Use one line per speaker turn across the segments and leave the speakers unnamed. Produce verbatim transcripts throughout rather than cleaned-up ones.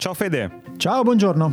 Ciao Fede.
Ciao, buongiorno.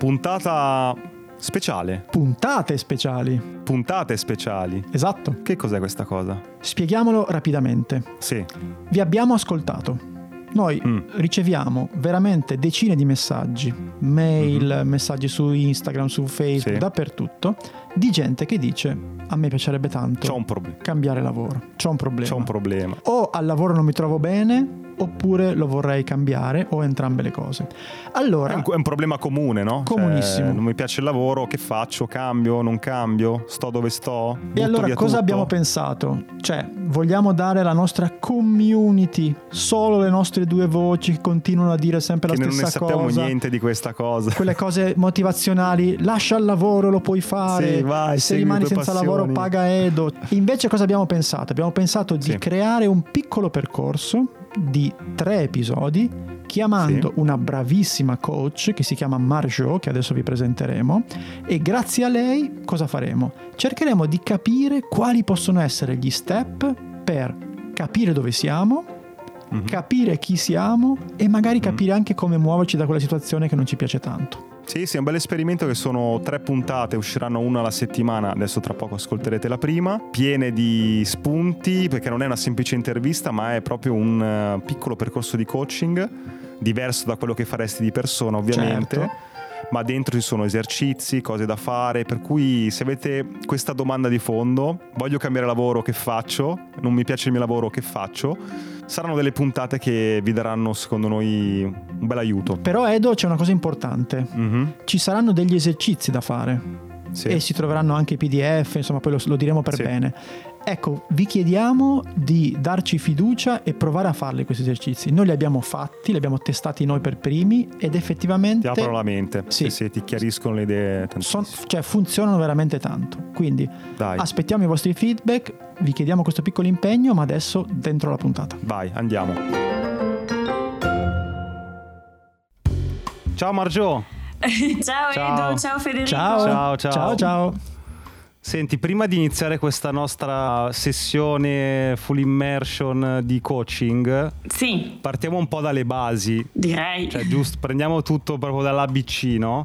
Puntata speciale.
Puntate speciali.
Puntate speciali.
Esatto.
Che cos'è questa cosa?
Spieghiamolo rapidamente.
Sì.
Vi abbiamo ascoltato. Noi mm. riceviamo veramente decine di messaggi, mail, mm-hmm. messaggi su Instagram, su Facebook, sì. dappertutto, di gente che dice: a me piacerebbe tanto
C'ho un problema.
cambiare lavoro. C'ho un problema.
C'ho un problema.
O al lavoro non mi trovo bene, oppure lo vorrei cambiare, o entrambe le cose. Allora,
è un, è un problema comune, no?
Comunissimo.
Cioè, non mi piace il lavoro, che faccio? Cambio? Non cambio? Sto dove sto?
E allora cosa
tutto?
abbiamo pensato? Cioè, vogliamo dare alla nostra community solo le nostre due voci che continuano a dire sempre
che
la stessa cosa?
Che non ne sappiamo niente di questa cosa.
Quelle cose motivazionali: lascia il lavoro, lo puoi fare,
sì, vai,
se rimani senza
passioni.
lavoro paga Edo. Invece cosa abbiamo pensato? Abbiamo pensato di sì. creare un piccolo percorso di tre episodi, chiamando sì. una bravissima coach che si chiama Marjo, che adesso vi presenteremo, e grazie a lei cosa faremo? Cercheremo di capire quali possono essere gli step per capire dove siamo, mm-hmm. capire chi siamo e magari capire mm-hmm. anche come muoverci da quella situazione che non ci piace tanto.
Sì, sì, è un bel esperimento che sono tre puntate, usciranno una alla settimana, adesso tra poco ascolterete la prima, piene di spunti, perché non è una semplice intervista, ma è proprio un uh, piccolo percorso di coaching, diverso da quello che faresti di persona ovviamente, certo. ma dentro ci sono esercizi, cose da fare, per cui se avete questa domanda di fondo: voglio cambiare lavoro, che faccio? Non mi piace il mio lavoro, che faccio? Saranno delle puntate che vi daranno, secondo noi, un bel aiuto.
Però Edo, c'è una cosa importante. Mm-hmm. Ci saranno degli esercizi da fare. Sì. E si troveranno anche i P D F, insomma poi lo, lo diremo per sì. bene. Ecco, vi chiediamo di darci fiducia e provare a farli questi esercizi. Noi li abbiamo fatti, li abbiamo testati noi per primi ed effettivamente
ti aprono la mente,
sì,
sì, sì, ti chiariscono le idee.
Son, cioè funzionano veramente tanto. Quindi Dai. aspettiamo i vostri feedback, vi chiediamo questo piccolo impegno, ma adesso dentro la puntata.
Vai, andiamo. Ciao Marjo.
Ciao, ciao Edo, ciao Federico.
Ciao,
ciao, ciao.
ciao, ciao.
Senti, prima di iniziare questa nostra sessione full immersion di coaching,
sì.
partiamo un po' dalle basi.
Direi.
Cioè, giusto, prendiamo tutto proprio dall'A B C, no?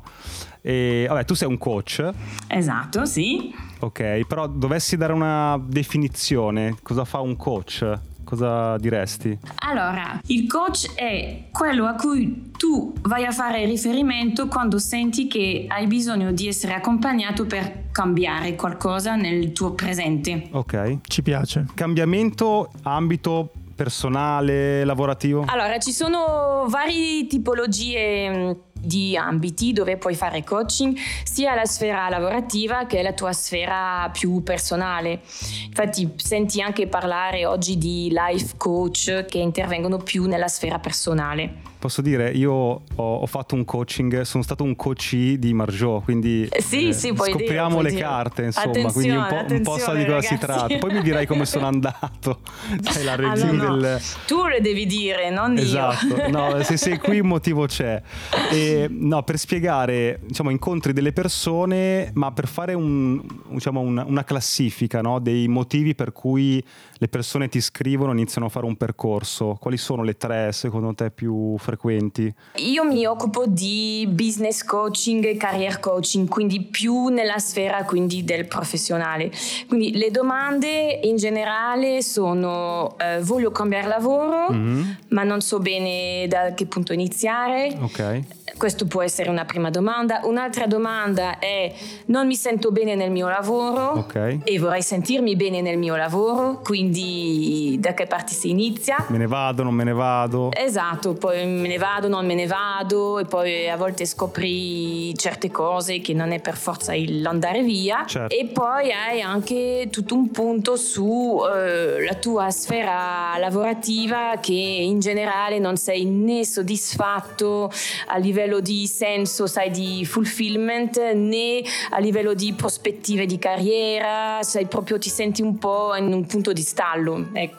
E vabbè, tu sei un coach.
Esatto, sì.
Ok, però dovessi dare una definizione, cosa fa un coach? Cosa diresti?
Allora, il coach è quello a cui tu vai a fare riferimento quando senti che hai bisogno di essere accompagnato per cambiare qualcosa nel tuo presente.
Ok,
ci piace.
Cambiamento ambito personale, lavorativo?
Allora, ci sono varie tipologie di ambiti dove puoi fare coaching, sia la sfera lavorativa che la tua sfera più personale. Infatti senti anche parlare oggi di life coach che intervengono più nella sfera personale.
Posso dire, io ho, ho fatto un coaching, sono stato un coachee di Marjo, quindi
sì,
eh,
sì, puoi
scopriamo
dire,
le
dire.
carte, insomma,
attenzione,
quindi un po', un po' sa di cosa
ragazzi.
si tratta. Poi mi dirai come sono andato. Sai, la review
ah, no, no.
del...
Tu le devi dire, non
esatto.
io.
No, se sei qui un motivo c'è. E, no, per spiegare, diciamo, incontri delle persone, ma per fare un, diciamo, una, una classifica, no, dei motivi per cui le persone ti scrivono e iniziano a fare un percorso. Quali sono le tre, secondo te, più frequenti?
Io mi occupo di business coaching e career coaching, quindi più nella sfera quindi del professionale. Quindi le domande in generale sono eh, voglio cambiare lavoro, mm-hmm. ma non so bene da che punto iniziare.
Ok.
Questo può essere una prima domanda. Un'altra domanda è: non mi sento bene nel mio lavoro,
okay.
e vorrei sentirmi bene nel mio lavoro, quindi da che parte si inizia?
Me ne vado, non me ne vado.
Esatto, poi me ne vado, non me ne vado, e poi a volte scopri certe cose che non è per forza l'andare via,
certo.
E poi hai anche tutto un punto su eh, la tua sfera lavorativa, che in generale non sei né soddisfatto a livello di senso, sai, di fulfillment, né a livello di prospettive di carriera, sai, proprio ti senti un po' in un punto di stallo, ecco.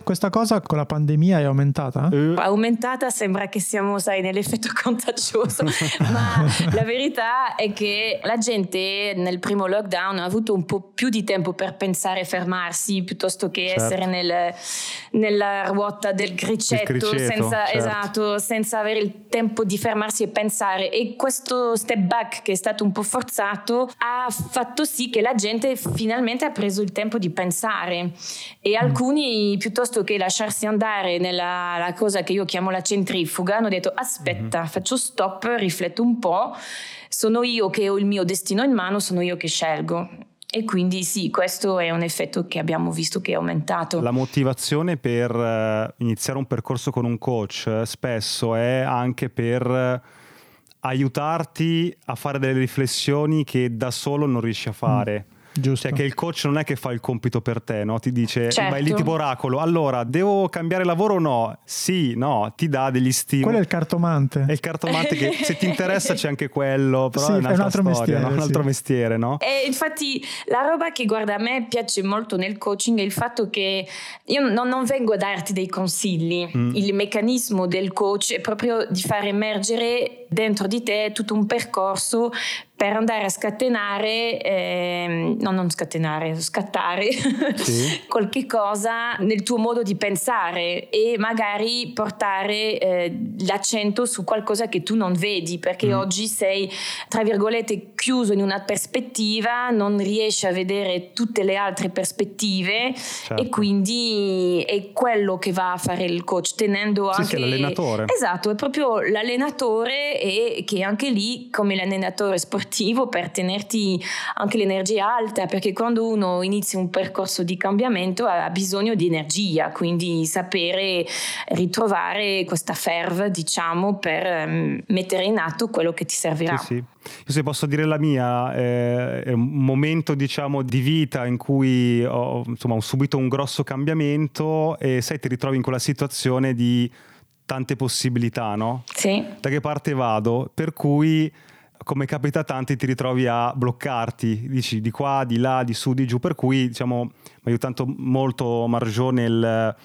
Questa cosa con la pandemia è aumentata?
Uh. Aumentata, sembra che siamo, sai, nell'effetto contagioso, ma la verità è che la gente nel primo lockdown ha avuto un po' più di tempo per pensare e fermarsi, piuttosto che certo. essere nel, nella ruota del cricetto,
criceto,
senza,
certo.
esatto, senza avere il tempo di fermarsi e pensare. E questo step back, che è stato un po' forzato, ha fatto sì che la gente finalmente ha preso il tempo di pensare, e alcuni, piuttosto che lasciarsi andare nella la cosa che io chiamo la centrifuga, hanno detto aspetta, mm-hmm. faccio stop, rifletto un po', sono io che ho il mio destino in mano, sono io che scelgo. E quindi sì, questo è un effetto che abbiamo visto che è aumentato.
La motivazione per uh, iniziare un percorso con un coach uh, spesso è anche per uh, aiutarti a fare delle riflessioni che da solo non riesci a fare. Mm.
Giusto.
Cioè che il coach non è che fa il compito per te, no? Ti dice,
certo.
vai lì tipo oracolo, allora devo cambiare lavoro o no? Sì, no, ti dà degli stimoli.
Quello è il cartomante.
È il cartomante che se ti interessa c'è anche quello, però
sì,
è, è un altro
storia,
mestiere, no? Un altro
sì.
mestiere, no?
E infatti la roba che guarda a me piace molto nel coaching è il fatto che io non, non vengo a darti dei consigli, mm. il meccanismo del coach è proprio di far emergere dentro di te tutto un percorso per andare a scatenare, eh, no non scatenare, scattare sì. qualche cosa nel tuo modo di pensare e magari portare eh, l'accento su qualcosa che tu non vedi, perché mm. oggi sei, tra virgolette, chiuso in una prospettiva, non riesci a vedere tutte le altre prospettive, certo. e quindi è quello che va a fare il coach, tenendo
sì,
anche...
Sì, l'allenatore.
Esatto, è proprio l'allenatore, e che anche lì, come l'allenatore sportivo, per tenerti anche l'energia alta, perché quando uno inizia un percorso di cambiamento ha bisogno di energia, quindi sapere ritrovare questa ferv, diciamo, per um, mettere in atto quello che ti servirà.
Sì, sì. Io se posso dire la mia, eh, è un momento, diciamo, di vita in cui ho, insomma, ho subito un grosso cambiamento e sai, ti ritrovi in quella situazione di tante possibilità, no?
Sì.
Da che parte vado? Per cui, come capita a tanti, ti ritrovi a bloccarti, dici di qua, di là, di su, di giù, per cui diciamo mi ha aiutato molto Marjo nel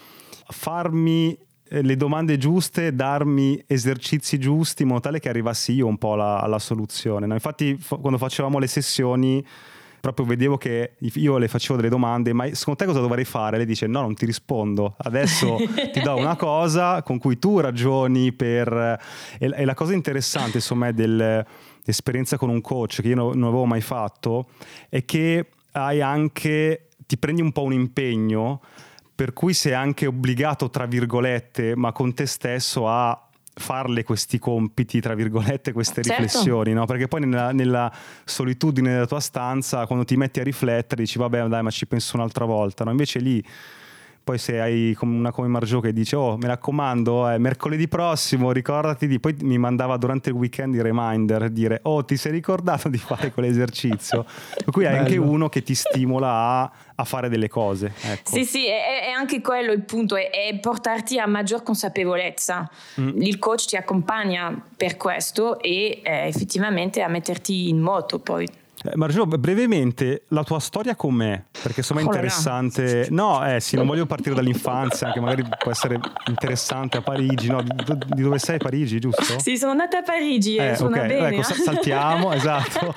farmi le domande giuste, darmi esercizi giusti in modo tale che arrivassi io un po' alla, alla soluzione, no? Infatti f- quando facevamo le sessioni proprio vedevo che io le facevo delle domande, ma secondo te cosa dovrei fare? Lei dice no, non ti rispondo, adesso ti do una cosa con cui tu ragioni per... e, e la cosa interessante insomma è del esperienza con un coach che io non avevo mai fatto è che hai anche, ti prendi un po' un impegno per cui sei anche obbligato, tra virgolette, ma con te stesso a farle questi compiti, tra virgolette, queste
certo.
riflessioni, no? Perché poi nella, nella solitudine della tua stanza, quando ti metti a riflettere dici vabbè dai, ma ci penso un'altra volta, no? Invece lì poi se hai una come Marjo che dice oh mi raccomando è mercoledì prossimo ricordati di, poi mi mandava durante il weekend i reminder, dire oh ti sei ricordato di fare quell'esercizio, per cui hai anche uno che ti stimola a, a fare delle cose, ecco.
Sì sì, è, è anche quello il punto, è, è portarti a maggior consapevolezza. mm. Il coach ti accompagna per questo e eh, effettivamente a metterti in moto poi.
Eh, Marjo, brevemente la tua storia com'è? Perché insomma è interessante. No, eh sì, non voglio partire dall'infanzia, anche magari può essere interessante a Parigi, no? Di, di dove sei, Parigi, giusto?
Sì, sono nata a Parigi e eh, suona
okay.
bene.
Ecco, saltiamo, esatto.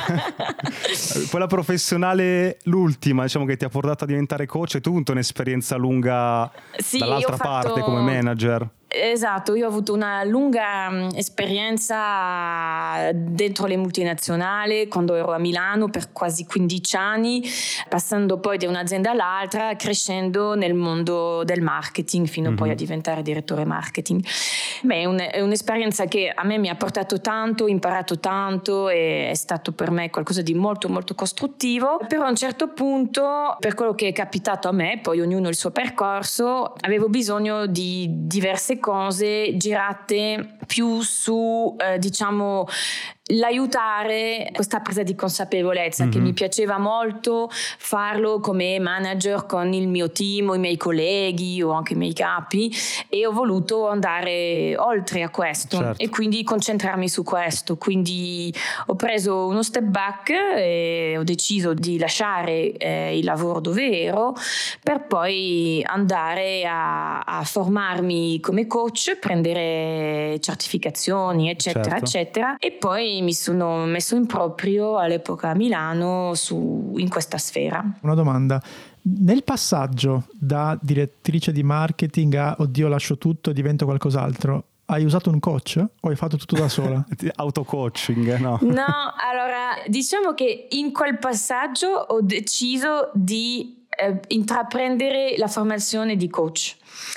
Quella professionale, l'ultima, diciamo, che ti ha portato a diventare coach, e tu hai avuto un'esperienza lunga
sì,
dall'altra
fatto...
parte come manager.
Esatto, io ho avuto una lunga esperienza dentro le multinazionali quando ero a Milano per quasi quindici anni, passando poi da un'azienda all'altra, crescendo nel mondo del marketing fino mm-hmm. poi a diventare direttore marketing. Beh, è, un, è un'esperienza che a me mi ha portato tanto, ho imparato tanto e è stato per me qualcosa di molto molto costruttivo, però a un certo punto, per quello che è capitato a me, poi ognuno il suo percorso, avevo bisogno di diverse cose girate più su eh, diciamo l'aiutare questa presa di consapevolezza, mm-hmm. che mi piaceva molto farlo come manager con il mio team o i miei colleghi o anche i miei capi, e ho voluto andare oltre a questo, certo. e quindi concentrarmi su questo. Quindi ho preso uno step back e ho deciso di lasciare eh, il lavoro dove ero per poi andare a, a formarmi come coach, prendere certificazioni eccetera, certo. eccetera, e poi mi sono messo in proprio all'epoca a Milano su, in questa sfera.
Una domanda: nel passaggio da direttrice di marketing a oddio lascio tutto e divento qualcos'altro, hai usato un coach o hai fatto tutto da sola?
Auto-coaching, no?
No, allora diciamo che in quel passaggio ho deciso di eh, intraprendere la formazione di coach.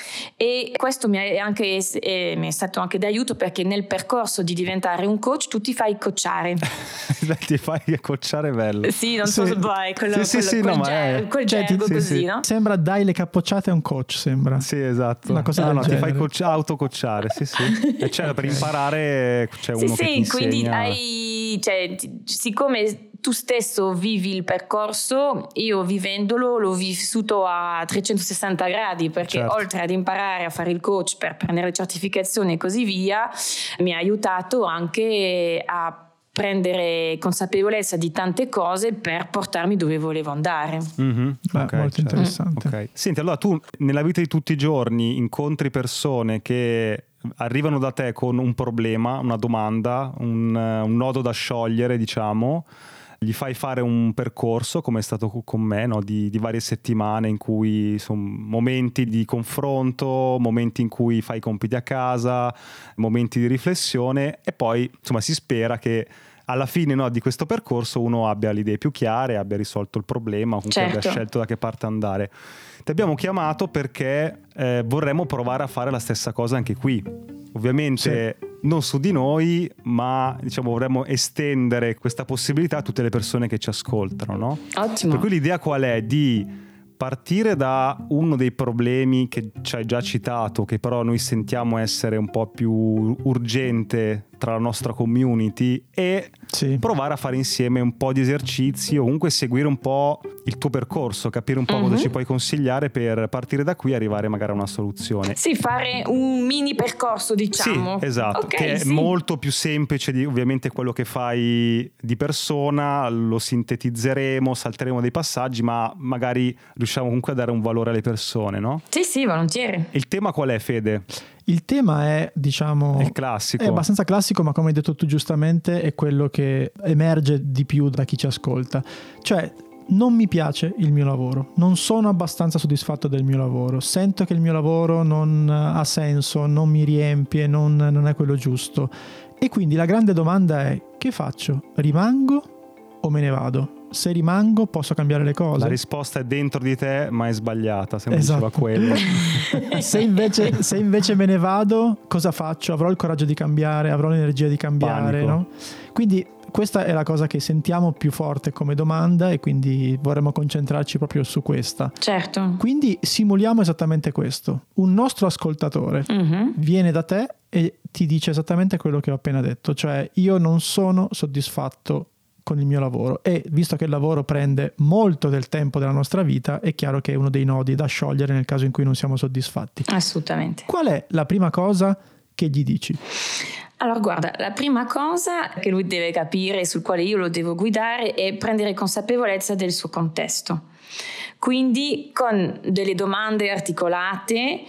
E questo mi è, anche, eh, mi è stato anche d'aiuto, perché nel percorso di diventare un coach tu ti fai coachare.
Ti fai coachare, bello.
Sì, non
sì.
so se vai quello,
sì,
quello,
sì,
quel,
no,
ger-
è...
quel
cioè,
gergo
sì,
così,
sì.
no?
Sembra dai le capocciate a un coach, sembra.
Sì, esatto.
Una cosa
no,
del
no,
genere.
ti fai coach, auto-coachare, sì, sì. E cioè, per imparare c'è uno
sì,
che
sì,
ti insegna.
quindi hai, cioè, siccome tu stesso vivi il percorso, io vivendolo l'ho vissuto a trecentosessanta gradi, perché
certo.
oltre ad imparare a fare il coach per prendere le certificazioni e così via, mi ha aiutato anche a prendere consapevolezza di tante cose per portarmi dove volevo andare.
Mm-hmm.
Beh,
okay,
molto
certo.
interessante.
Okay. Senti, allora tu nella vita di tutti i giorni incontri persone che arrivano da te con un problema, una domanda, un, un nodo da sciogliere, diciamo, gli fai fare un percorso, come è stato con me, no? di, di varie settimane in cui sono momenti di confronto, momenti in cui fai i compiti a casa, momenti di riflessione, e poi insomma si spera che alla fine, no, di questo percorso uno abbia le idee più chiare, abbia risolto il problema, comunque
certo.
abbia scelto da che parte andare. Ti abbiamo chiamato perché eh, vorremmo provare a fare la stessa cosa anche qui. Ovviamente sì. non su di noi, ma diciamo vorremmo estendere questa possibilità a tutte le persone che ci ascoltano, no?
Ottimo.
Per cui l'idea qual è? Di partire da uno dei problemi che ci hai già citato, che però noi sentiamo essere un po' più urgente tra la nostra community, e sì. provare a fare insieme un po' di esercizi o comunque seguire un po' il tuo percorso, capire un po' mm-hmm. cosa ci puoi consigliare per partire da qui e arrivare magari a una soluzione.
Sì, fare un mini percorso, diciamo.
Sì, esatto, okay, che sì. è molto più semplice di ovviamente quello che fai di persona, lo sintetizzeremo, salteremo dei passaggi, ma magari riusciamo comunque a dare un valore alle persone, no?
Sì, sì, volentieri.
Il tema qual è, Fede?
Il tema è, diciamo,
è classico.
È abbastanza classico, ma come hai detto tu giustamente è quello che emerge di più da chi ci ascolta. Cioè, non mi piace il mio lavoro, non sono abbastanza soddisfatto del mio lavoro, sento che il mio lavoro non ha senso, non mi riempie, non, non è quello giusto. E quindi la grande domanda è: che faccio? Rimango o me ne vado? Se rimango posso cambiare le cose?
La risposta è dentro di te, ma è sbagliata, se non
esatto.
diceva quello.
se, invece, se invece me ne vado, cosa faccio? Avrò il coraggio di cambiare, avrò l'energia di cambiare, no? Quindi questa è la cosa che sentiamo più forte come domanda, e quindi vorremmo concentrarci proprio su questa.
Certo.
Quindi simuliamo esattamente questo. Un nostro ascoltatore mm-hmm. viene da te e ti dice esattamente quello che ho appena detto, cioè io non sono soddisfatto con il mio lavoro, e visto che il lavoro prende molto del tempo della nostra vita, è chiaro che è uno dei nodi da sciogliere nel caso in cui non siamo soddisfatti.
Assolutamente.
Qual è la prima cosa che gli dici?
Allora guarda, la prima cosa che lui deve capire, sul quale io lo devo guidare, è prendere consapevolezza del suo contesto. Quindi con delle domande articolate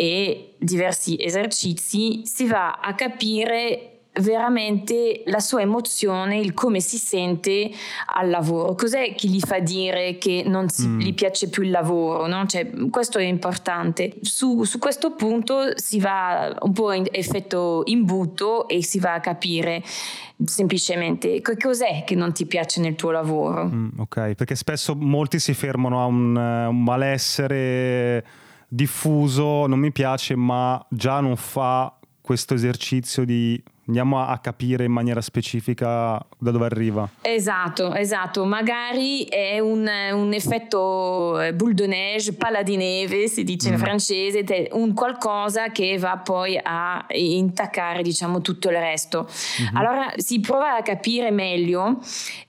e diversi esercizi si va a capire veramente la sua emozione, il come si sente al lavoro, cos'è che gli fa dire che non si, mm. gli piace più il lavoro, no? Cioè, questo è importante. Su, su questo punto si va un po' in effetto imbuto e si va a capire semplicemente che cos'è che non ti piace nel tuo lavoro.
Mm, ok, perché spesso molti si fermano a un, un malessere diffuso, non mi piace, ma già non fa questo esercizio di Andiamo a capire in maniera specifica da dove arriva.
Esatto, esatto. Magari è un, un effetto boule de neige, palla di neve, si dice mm. in francese, un qualcosa che va poi a intaccare, diciamo, tutto il resto. Mm-hmm. Allora si prova a capire meglio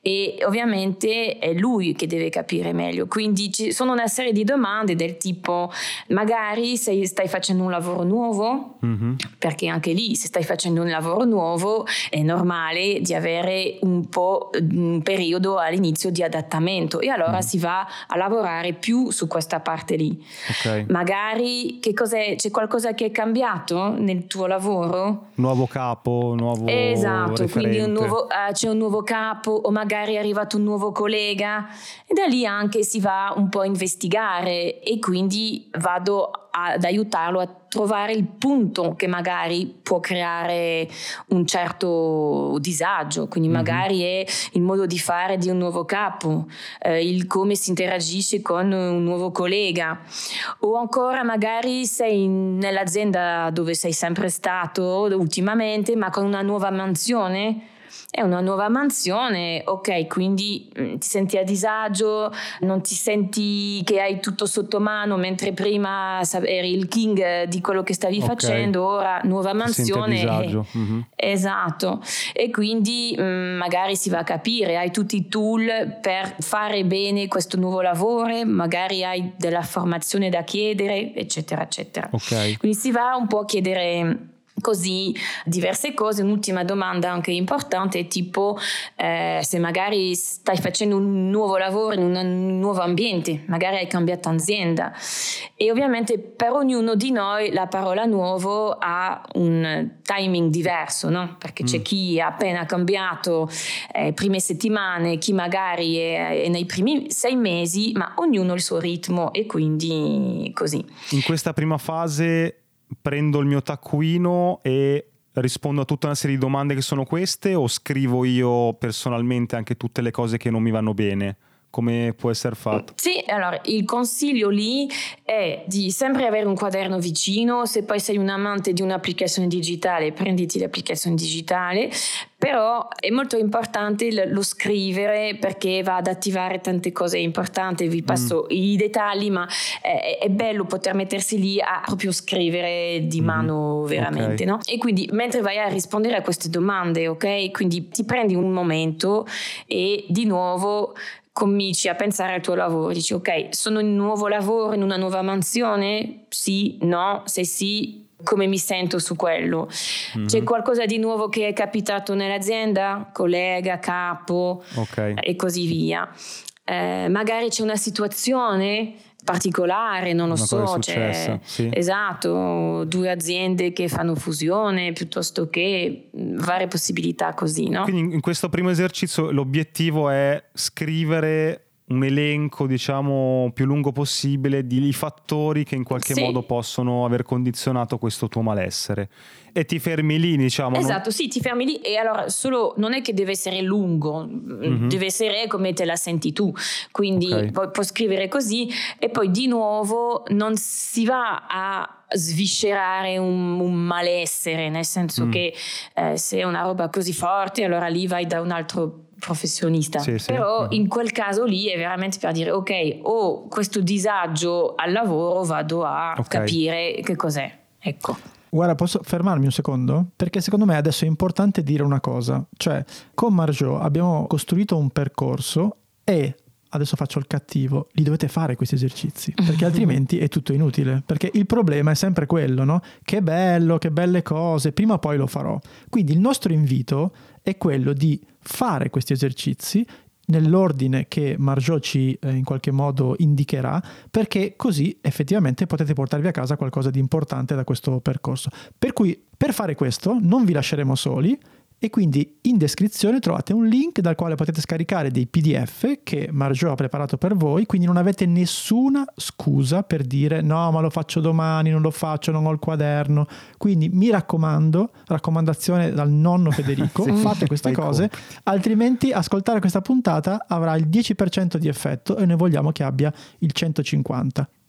e ovviamente è lui che deve capire meglio. Quindi ci sono una serie di domande del tipo: magari se stai facendo un lavoro nuovo, mm-hmm. perché anche lì se stai facendo un lavoro nuovo è normale di avere un po' un periodo all'inizio di adattamento e allora mm. si va a lavorare più su questa parte lì.
Okay.
Magari che cos'è, c'è qualcosa che è cambiato nel tuo lavoro?
Nuovo capo, nuovo
esatto,
referente.
Quindi un nuovo, uh, c'è un nuovo capo o magari è arrivato un nuovo collega e da lì anche si va un po' a investigare e quindi vado ad aiutarlo a trovare il punto che magari può creare un certo disagio, quindi mm-hmm. magari è il modo di fare di un nuovo capo, eh, il come si interagisce con un nuovo collega, o ancora magari sei nell'azienda dove sei sempre stato ultimamente ma con una nuova mansione. È una nuova mansione, ok, quindi mh, ti senti a disagio, non ti senti che hai tutto sotto mano, mentre prima eri il king di quello che stavi okay. facendo, ora nuova mansione.
Ti senti a disagio.
Eh,
mm-hmm.
Esatto, e quindi mh, magari si va a capire, hai tutti i tool per fare bene questo nuovo lavoro, magari hai della formazione da chiedere, eccetera, eccetera.
Okay.
Quindi si va un po' a chiedere così diverse cose. Un'ultima domanda anche importante è tipo eh, se magari stai facendo un nuovo lavoro in un nuovo ambiente, magari hai cambiato azienda e ovviamente per ognuno di noi la parola nuovo ha un timing diverso, no? Perché c'è mm. chi ha appena cambiato eh, prime settimane, chi magari è, è nei primi sei mesi, ma ognuno ha il suo ritmo e quindi così.
In questa prima fase prendo il mio taccuino e rispondo a tutta una serie di domande che sono queste, o scrivo io personalmente anche tutte le cose che non mi vanno bene? Come può essere fatto?
Sì, allora il consiglio lì è di sempre avere un quaderno vicino. Se poi sei un amante di un'applicazione digitale, prenditi l'applicazione digitale, però è molto importante lo scrivere perché va ad attivare tante cose importanti. Vi passo mm. i dettagli, ma è, è bello poter mettersi lì a proprio scrivere di mano mm. veramente, okay. no? E quindi mentre vai a rispondere a queste domande, ok? Quindi ti prendi un momento e di nuovo cominci a pensare al tuo lavoro, dici ok, sono in un nuovo lavoro, in una nuova mansione? Sì, no, se sì, come mi sento su quello? Mm-hmm. C'è qualcosa di nuovo che è capitato nell'azienda? Collega, capo,
okay.
e così via. Eh, magari c'è una situazione particolare, non lo
una
so, c'è,
sì.
esatto, due aziende che fanno fusione piuttosto che varie possibilità così, no?
Quindi in questo primo esercizio l'obiettivo è scrivere un elenco, diciamo, più lungo possibile di fattori che in qualche sì. modo possono aver condizionato questo tuo malessere, e ti fermi lì, diciamo.
Esatto,
non...
sì, ti fermi lì e allora solo non è che deve essere lungo, mm-hmm. deve essere come te la senti tu, quindi okay. pu- puoi scrivere così e poi di nuovo non si va a sviscerare un, un malessere, nel senso mm. che eh, se è una roba così forte allora lì vai da un altro professionista,
sì, sì.
però
uh-huh.
in quel caso lì è veramente per dire ok, ho questo disagio al lavoro, vado a okay. capire che cos'è, ecco.
Guarda, posso fermarmi un secondo? Perché secondo me adesso è importante dire una cosa, cioè con Marjo abbiamo costruito un percorso e adesso faccio il cattivo, li dovete fare questi esercizi, perché altrimenti è tutto inutile, perché il problema è sempre quello, no? Che bello, che belle cose, prima o poi lo farò. Quindi il nostro invito è quello di fare questi esercizi nell'ordine che Marjo ci eh, in qualche modo indicherà, perché così effettivamente potete portarvi a casa qualcosa di importante da questo percorso. Per cui per fare questo non vi lasceremo soli, e quindi in descrizione trovate un link dal quale potete scaricare dei P D F che Marjo ha preparato per voi, quindi non avete nessuna scusa per dire no, ma lo faccio domani, non lo faccio, non ho il quaderno. Quindi mi raccomando, raccomandazione dal nonno Federico, sì, fate queste cose, compiti. Altrimenti ascoltare questa puntata avrà il dieci per cento di effetto e noi vogliamo che abbia il centocinquanta.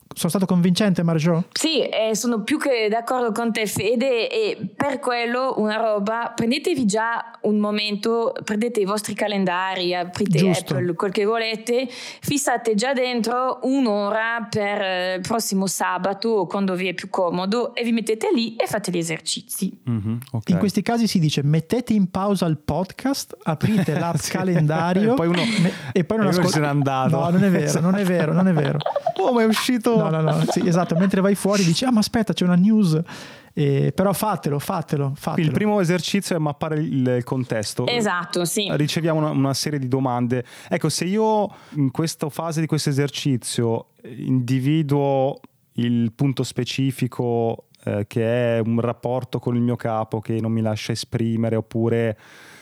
Sono stato convincente, Marjo?
Sì, eh, sono più che d'accordo con te, Fede, e per quello una roba, prendetevi già un momento, prendete i vostri calendari, aprite
Giusto.
Apple, quel che volete, fissate già dentro un'ora per il prossimo sabato o quando vi è più comodo e vi mettete lì e fate gli esercizi.
Mm-hmm, okay.
In questi casi si dice mettete in pausa il podcast, aprite l'app sì. calendario
e poi uno,
me, e poi non ascoltate.
Se n'è andato.
No, non è vero,
esatto.
non è vero, non è vero.
Oh, ma è uscito.
No, no, no, sì, esatto, mentre vai fuori dici ah ma aspetta c'è una news, eh, però fatelo, fatelo, fatelo.
Il primo esercizio è mappare il, il contesto.
Esatto, sì.
Riceviamo una, una serie di domande. Ecco, se io in questa fase di questo esercizio individuo il punto specifico eh, che è un rapporto con il mio capo che non mi lascia esprimere, oppure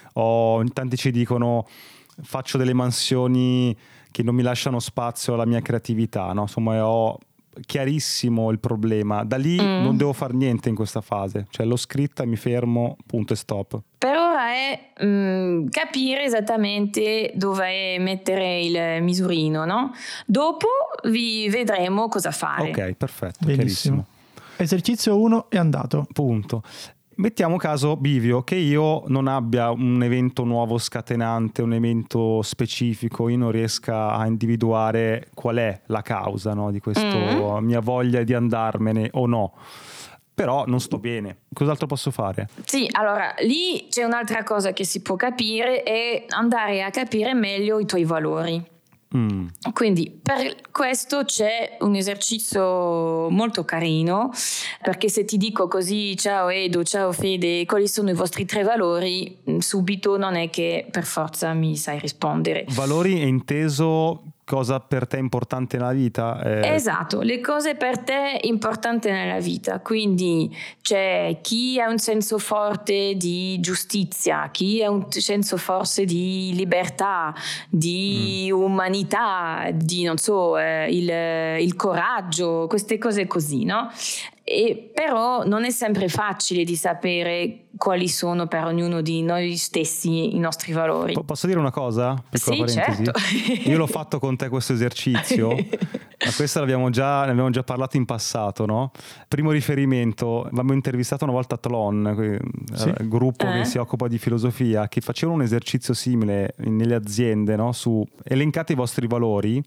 oh, in tanti ci dicono faccio delle mansioni che non mi lasciano spazio alla mia creatività, no? Insomma ho chiarissimo il problema, da lì mm. non devo fare niente in questa fase, cioè l'ho scritta e mi fermo, punto e stop.
Per ora è mh, capire esattamente dove mettere il misurino, no? Dopo vi vedremo cosa fare.
Ok, perfetto,
benissimo.
Chiarissimo.
Esercizio uno è andato.
Punto. Mettiamo caso, Bivio, che io non abbia un evento nuovo scatenante, un evento specifico, io non riesca a individuare qual è la causa, no, di questa mm. mia voglia di andarmene o no. Però non sto bene. Cos'altro posso fare?
Sì, allora lì c'è un'altra cosa che si può capire, è andare a capire meglio i tuoi valori. Mm. Quindi per questo c'è un esercizio molto carino, perché se ti dico così ciao Edo, ciao Fede, quali sono i vostri tre valori, subito non è che per forza mi sai rispondere.
Valori è inteso cosa per te è importante nella vita? Eh...
Esatto, le cose per te importanti nella vita, quindi c'è chi ha un senso forte di giustizia, chi ha un senso forse di libertà, di mm. umanità, di non so, eh, il, il coraggio, queste cose così, no? E però non è sempre facile di sapere quali sono per ognuno di noi stessi i nostri valori.
P- posso dire una cosa? Piccola
sì,
parentesi.
Certo.
Io l'ho fatto con te questo esercizio, ma questo l'abbiamo già, ne abbiamo già parlato in passato, no? Primo riferimento, avevamo intervistato una volta Tlon, sì. il gruppo eh? che si occupa di filosofia, che facevano un esercizio simile nelle aziende, no? Su elencate i vostri valori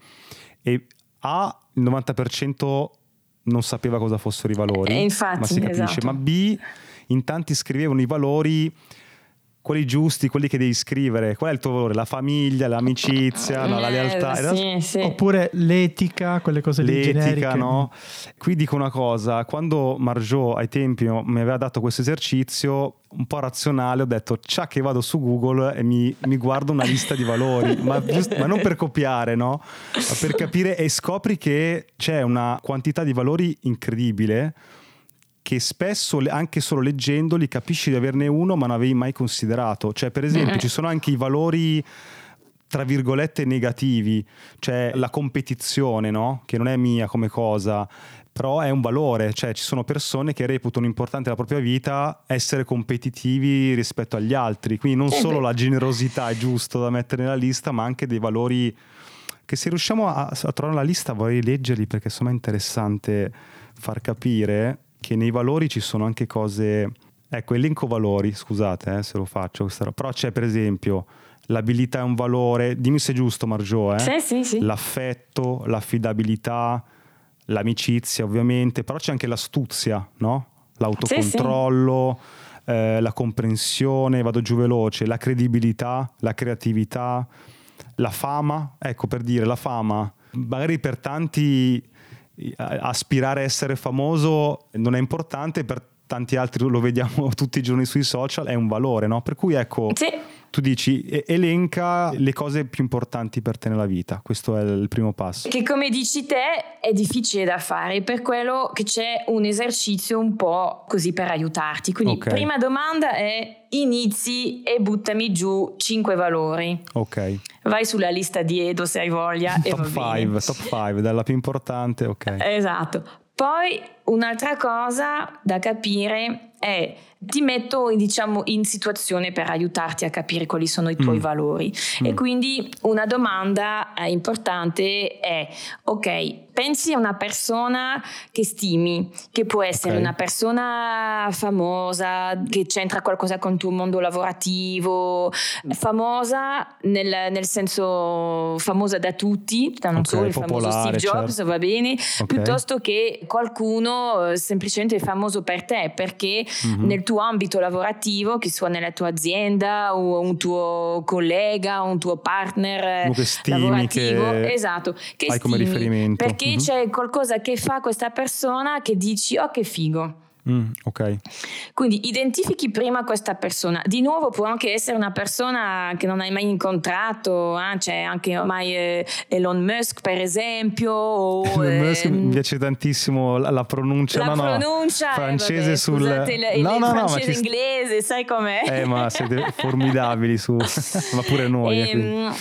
e A, il novanta per cento non sapeva cosa fossero i valori,
eh, infatti,
ma si capisce,
esatto.
ma B, in tanti scrivevano i valori, quelli giusti, quelli che devi scrivere. Qual è il tuo valore? La famiglia, l'amicizia, eh, no, la lealtà,
sì, sì.
oppure l'etica, quelle cose lì
l'etica,
generiche.
No? Qui dico una cosa, quando Marjo ai tempi mi aveva dato questo esercizio un po' razionale, ho detto ciao che vado su Google e mi, mi guardo una lista di valori, ma, giusto, ma non per copiare, no? Ma per capire, e scopri che c'è una quantità di valori incredibile che spesso anche solo leggendoli capisci di averne uno ma non avevi mai considerato. Cioè per esempio ci sono anche i valori tra virgolette negativi, cioè la competizione, no? Che non è mia come cosa, però è un valore, cioè ci sono persone che reputano importante nella propria vita essere competitivi rispetto agli altri, quindi non solo la generosità è giusto da mettere nella lista, ma anche dei valori che se riusciamo a, a trovare la lista vorrei leggerli, perché insomma è interessante far capire che nei valori ci sono anche cose, ecco, elenco valori, scusate eh, se lo faccio questa roba, però c'è per esempio l'abilità è un valore, dimmi se è giusto Marjo, eh?
Sì, sì, sì.
L'affetto, l'affidabilità, l'amicizia ovviamente, però c'è anche l'astuzia, no? L'autocontrollo, sì, sì. Eh, la comprensione, vado giù veloce, la credibilità, la creatività, la fama, ecco per dire la fama, magari per tanti aspirare a essere famoso non è importante, per tanti altri lo vediamo tutti i giorni sui social, è un valore, no? Per cui ecco, sì. tu dici elenca le cose più importanti per te nella vita, questo è il primo passo.
Che come dici te è difficile da fare, per quello che c'è un esercizio un po' così per aiutarti. Quindi okay. prima domanda è inizi e buttami giù cinque valori.
Ok.
Vai sulla lista di Edo se hai voglia.
top
e va
five,
bene.
top five, dalla più importante, ok.
Esatto. Poi un'altra cosa da capire è, ti metto diciamo in situazione per aiutarti a capire quali sono i tuoi mm. valori mm. e quindi una domanda importante è ok, pensi a una persona che stimi, che può essere okay. una persona famosa, che c'entra qualcosa con il tuo mondo lavorativo, famosa nel, nel senso famosa da tutti, non okay, solo il famoso Steve Jobs, certo. va bene, okay. piuttosto che qualcuno semplicemente famoso per te, perché mm-hmm. nel tuo ambito lavorativo, che sia nella tua azienda o un tuo collega, un tuo partner
che stimi,
lavorativo,
che
esatto, che
hai
stimi,
come riferimento.
Perché mm-hmm. c'è qualcosa che fa questa persona che dici oh che figo.
Mm, ok.
Quindi identifichi prima questa persona. Di nuovo può anche essere una persona che non hai mai incontrato, eh? C'è anche ormai eh, Elon Musk per esempio o,
Elon
eh,
Musk mi piace tantissimo la, la pronuncia
la
no,
pronuncia
no, francese
eh, vabbè,
sul
scusate, il,
no,
il
no,
francese
no,
inglese sai com'è?
Eh ma siete formidabili su ma pure noi
e, eh,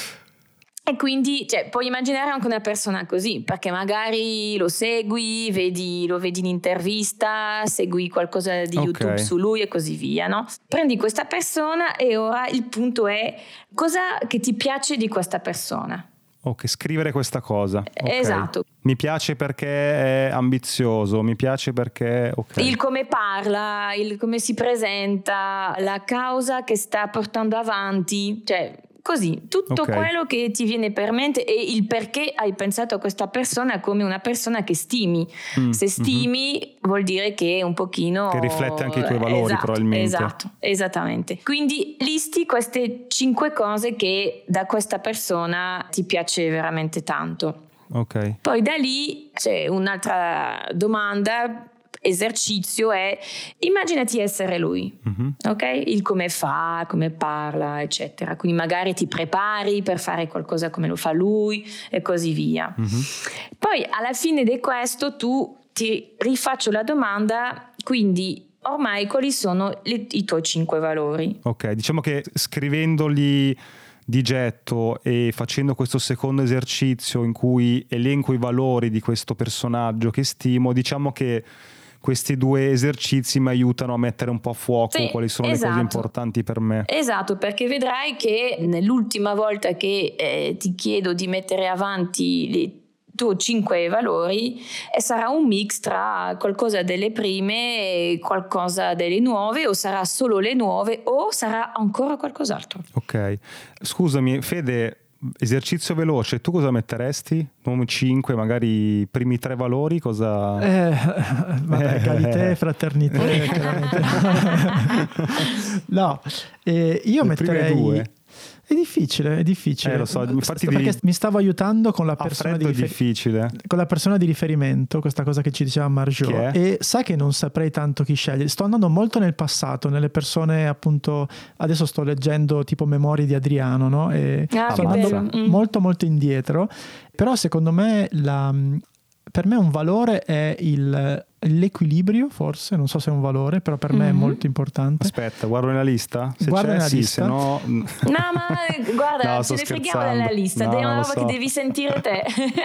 E quindi cioè, puoi immaginare anche una persona così, perché magari lo segui, vedi, lo vedi in intervista, segui qualcosa di okay. YouTube su lui e così via, no? Prendi questa persona e ora il punto è cosa che ti piace di questa persona.
Ok, scrivere questa cosa. Okay.
Esatto.
Mi piace perché è ambizioso, mi piace perché... Okay.
Il come parla, il come si presenta, la causa che sta portando avanti, cioè... Così, tutto okay. quello che ti viene per mente e il perché hai pensato a questa persona come una persona che stimi. Mm, Se stimi mm-hmm. vuol dire che un pochino...
Che riflette anche i tuoi valori
esatto,
probabilmente.
Esatto, esattamente. Quindi listi queste cinque cose che da questa persona ti piace veramente tanto.
Ok.
Poi da lì c'è un'altra domanda... esercizio è immaginati essere lui, mm-hmm. ok? Il come fa, come parla, eccetera. Quindi magari ti prepari per fare qualcosa come lo fa lui e così via. Mm-hmm. Poi alla fine di questo tu ti rifaccio la domanda, quindi ormai quali sono le, i tuoi cinque valori?
Ok, diciamo che scrivendoli di getto e facendo questo secondo esercizio in cui elenco i valori di questo personaggio che stimo, diciamo che questi due esercizi mi aiutano a mettere un po' a fuoco sì, quali sono esatto. le cose importanti per me.
Esatto, perché vedrai che nell'ultima volta che eh, ti chiedo di mettere avanti le tue cinque valori e sarà un mix tra qualcosa delle prime e qualcosa delle nuove, o sarà solo le nuove o sarà ancora qualcos'altro.
Ok, scusami Fede, esercizio veloce, tu cosa metteresti? Nomi cinque, magari i primi tre valori, cosa...
Eh, vabbè, calité, fraternità, chiaramente. No, eh, io
le
metterei...
prime due.
È difficile, è difficile.
Eh, lo so, infatti
perché
devi...
mi stavo aiutando con la persona di rifer...
difficile.
con la persona di riferimento, questa cosa che ci diceva Marjò, e sa che non saprei tanto chi scegliere. Sto andando molto nel passato, nelle persone appunto, adesso sto leggendo tipo Memorie di Adriano, no? E
ah,
sto andando mm. molto molto indietro, però secondo me la per me un valore è il l'equilibrio, forse, non so se è un valore, però per mm-hmm. me è molto importante.
Aspetta, guardo nella lista? Se
guardo
c'è,
nella
sì,
lista.
Se no...
no, ma guarda,
no,
ce ne freghiamo
scherzando.
nella lista,
no,
è una roba
so.
che devi sentire te.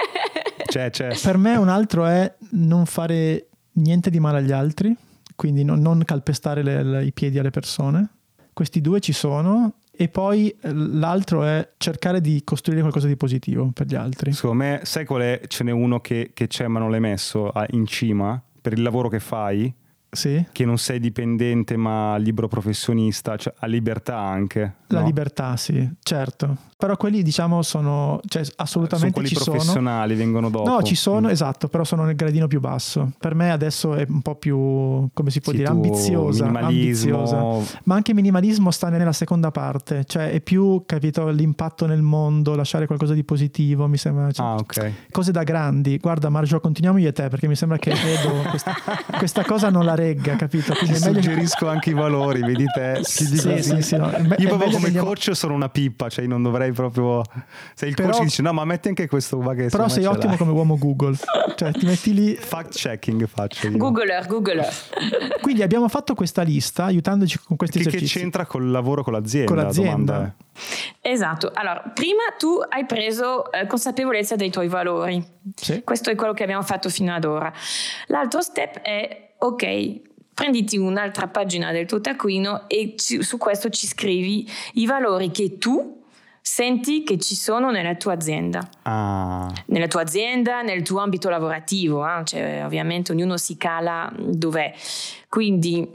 C'è, c'è.
Per me un altro è non fare niente di male agli altri, quindi non, non calpestare le, le, i piedi alle persone. Questi due ci sono. E poi l'altro è cercare di costruire qualcosa di positivo per gli altri.
Secondo me, sai qual è? Ce n'è uno che, che c'è ma non l'hai messo in cima per il lavoro che fai.
Sì.
Che non sei dipendente ma libero professionista, cioè a libertà anche.
La
no?
libertà, sì, certo. Però quelli diciamo sono, cioè assolutamente ci sono.
Quelli professionali vengono dopo.
No, ci sono,
mm.
esatto, però sono nel gradino più basso. Per me adesso è un po' più, come si può
sì,
dire, ambiziosa, ambiziosa. Ma anche minimalismo sta nella seconda parte, cioè è più, capito, l'impatto nel mondo, lasciare qualcosa di positivo, mi sembra. Cioè,
ah, ok.
Cose da grandi. Guarda Marjò, continuiamo io e te, perché mi sembra che Edo questa, questa cosa non la regga, capito?
Quindi ti meglio... suggerisco anche i valori, vedi te.
Sì, sì, sì, sì, no.
Io proprio come andiamo... coach sono una pippa, cioè non dovrei proprio... Se il però, coach dice no ma metti anche questo va che
però sei ottimo l'hai. Come uomo Google, cioè ti metti lì,
fact checking faccio io.
Googler, Googler.
Quindi abbiamo fatto questa lista aiutandoci con questi
che,
esercizi.
Che c'entra col lavoro con l'azienda?
Con l'azienda.
Esatto, allora prima tu hai preso eh, consapevolezza dei tuoi valori,
sì.
Questo è quello che abbiamo fatto fino ad ora. L'altro step è ok, prenditi un'altra pagina del tuo taccuino e ci, su questo ci scrivi i valori che tu senti che ci sono nella tua azienda.
Ah.
Nella tua azienda, nel tuo ambito lavorativo, eh? Cioè, ovviamente ognuno si cala dov'è. Quindi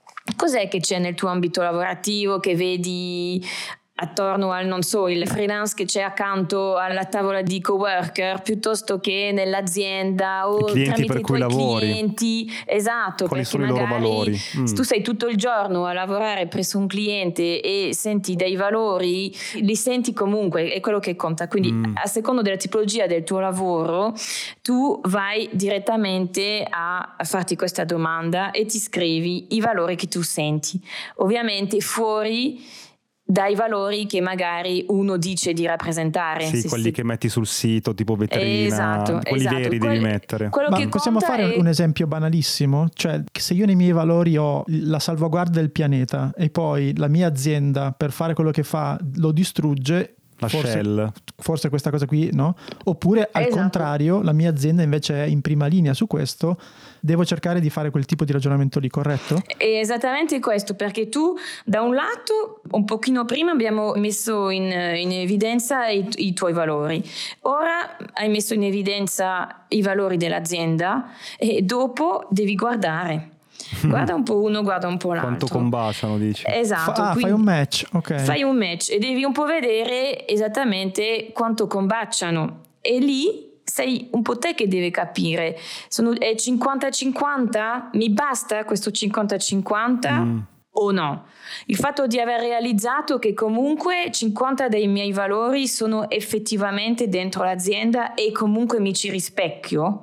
cos'è che c'è nel tuo ambito lavorativo che vedi attorno al, non so, il freelance che c'è accanto alla tavola di coworker, piuttosto che nell'azienda o
I clienti
tramite
per
i
cui
tuoi
lavori.
clienti. Esatto,
Quali
perché
sono i loro
magari
valori? Mm.
se tu sei tutto il giorno a lavorare presso un cliente e senti dei valori, li senti comunque, è quello che conta. Quindi
Mm.
a seconda della tipologia del tuo lavoro tu vai direttamente a farti questa domanda e ti scrivi i valori che tu senti, ovviamente fuori dai valori che magari uno dice di rappresentare.
Sì,
sì
quelli
sì.
che metti sul sito, tipo vetrina,
Esatto,
quelli
esatto.
veri
Quel-
devi mettere.
Quello
Ma
che
possiamo
conta
fare
è...
un esempio banalissimo? Cioè, che se io nei miei valori ho la salvaguardia del pianeta e poi la mia azienda per fare quello che fa lo distrugge,
La
forse,
shell.
forse questa cosa qui no? Oppure al
Esatto.
contrario la mia azienda invece è in prima linea su questo, devo cercare di fare quel tipo di ragionamento lì, corretto?
È esattamente questo, perché tu da un lato un pochino prima abbiamo messo in, in evidenza i, i tuoi valori, ora hai messo in evidenza i valori dell'azienda e dopo devi guardare. Guarda un po' uno, guarda un po' l'altro.
Quanto combaciano, dici?
Esatto.
Fa- ah,
quindi
fai un match, ok.
Fai un match e devi un po' vedere esattamente quanto combaciano. E lì sei un po' te che deve capire. Sono, è cinquanta cinquanta? Mi basta questo cinquanta cinquanta? Mm. O no? Il fatto di aver realizzato che comunque cinquanta dei miei valori sono effettivamente dentro l'azienda e comunque mi ci rispecchio,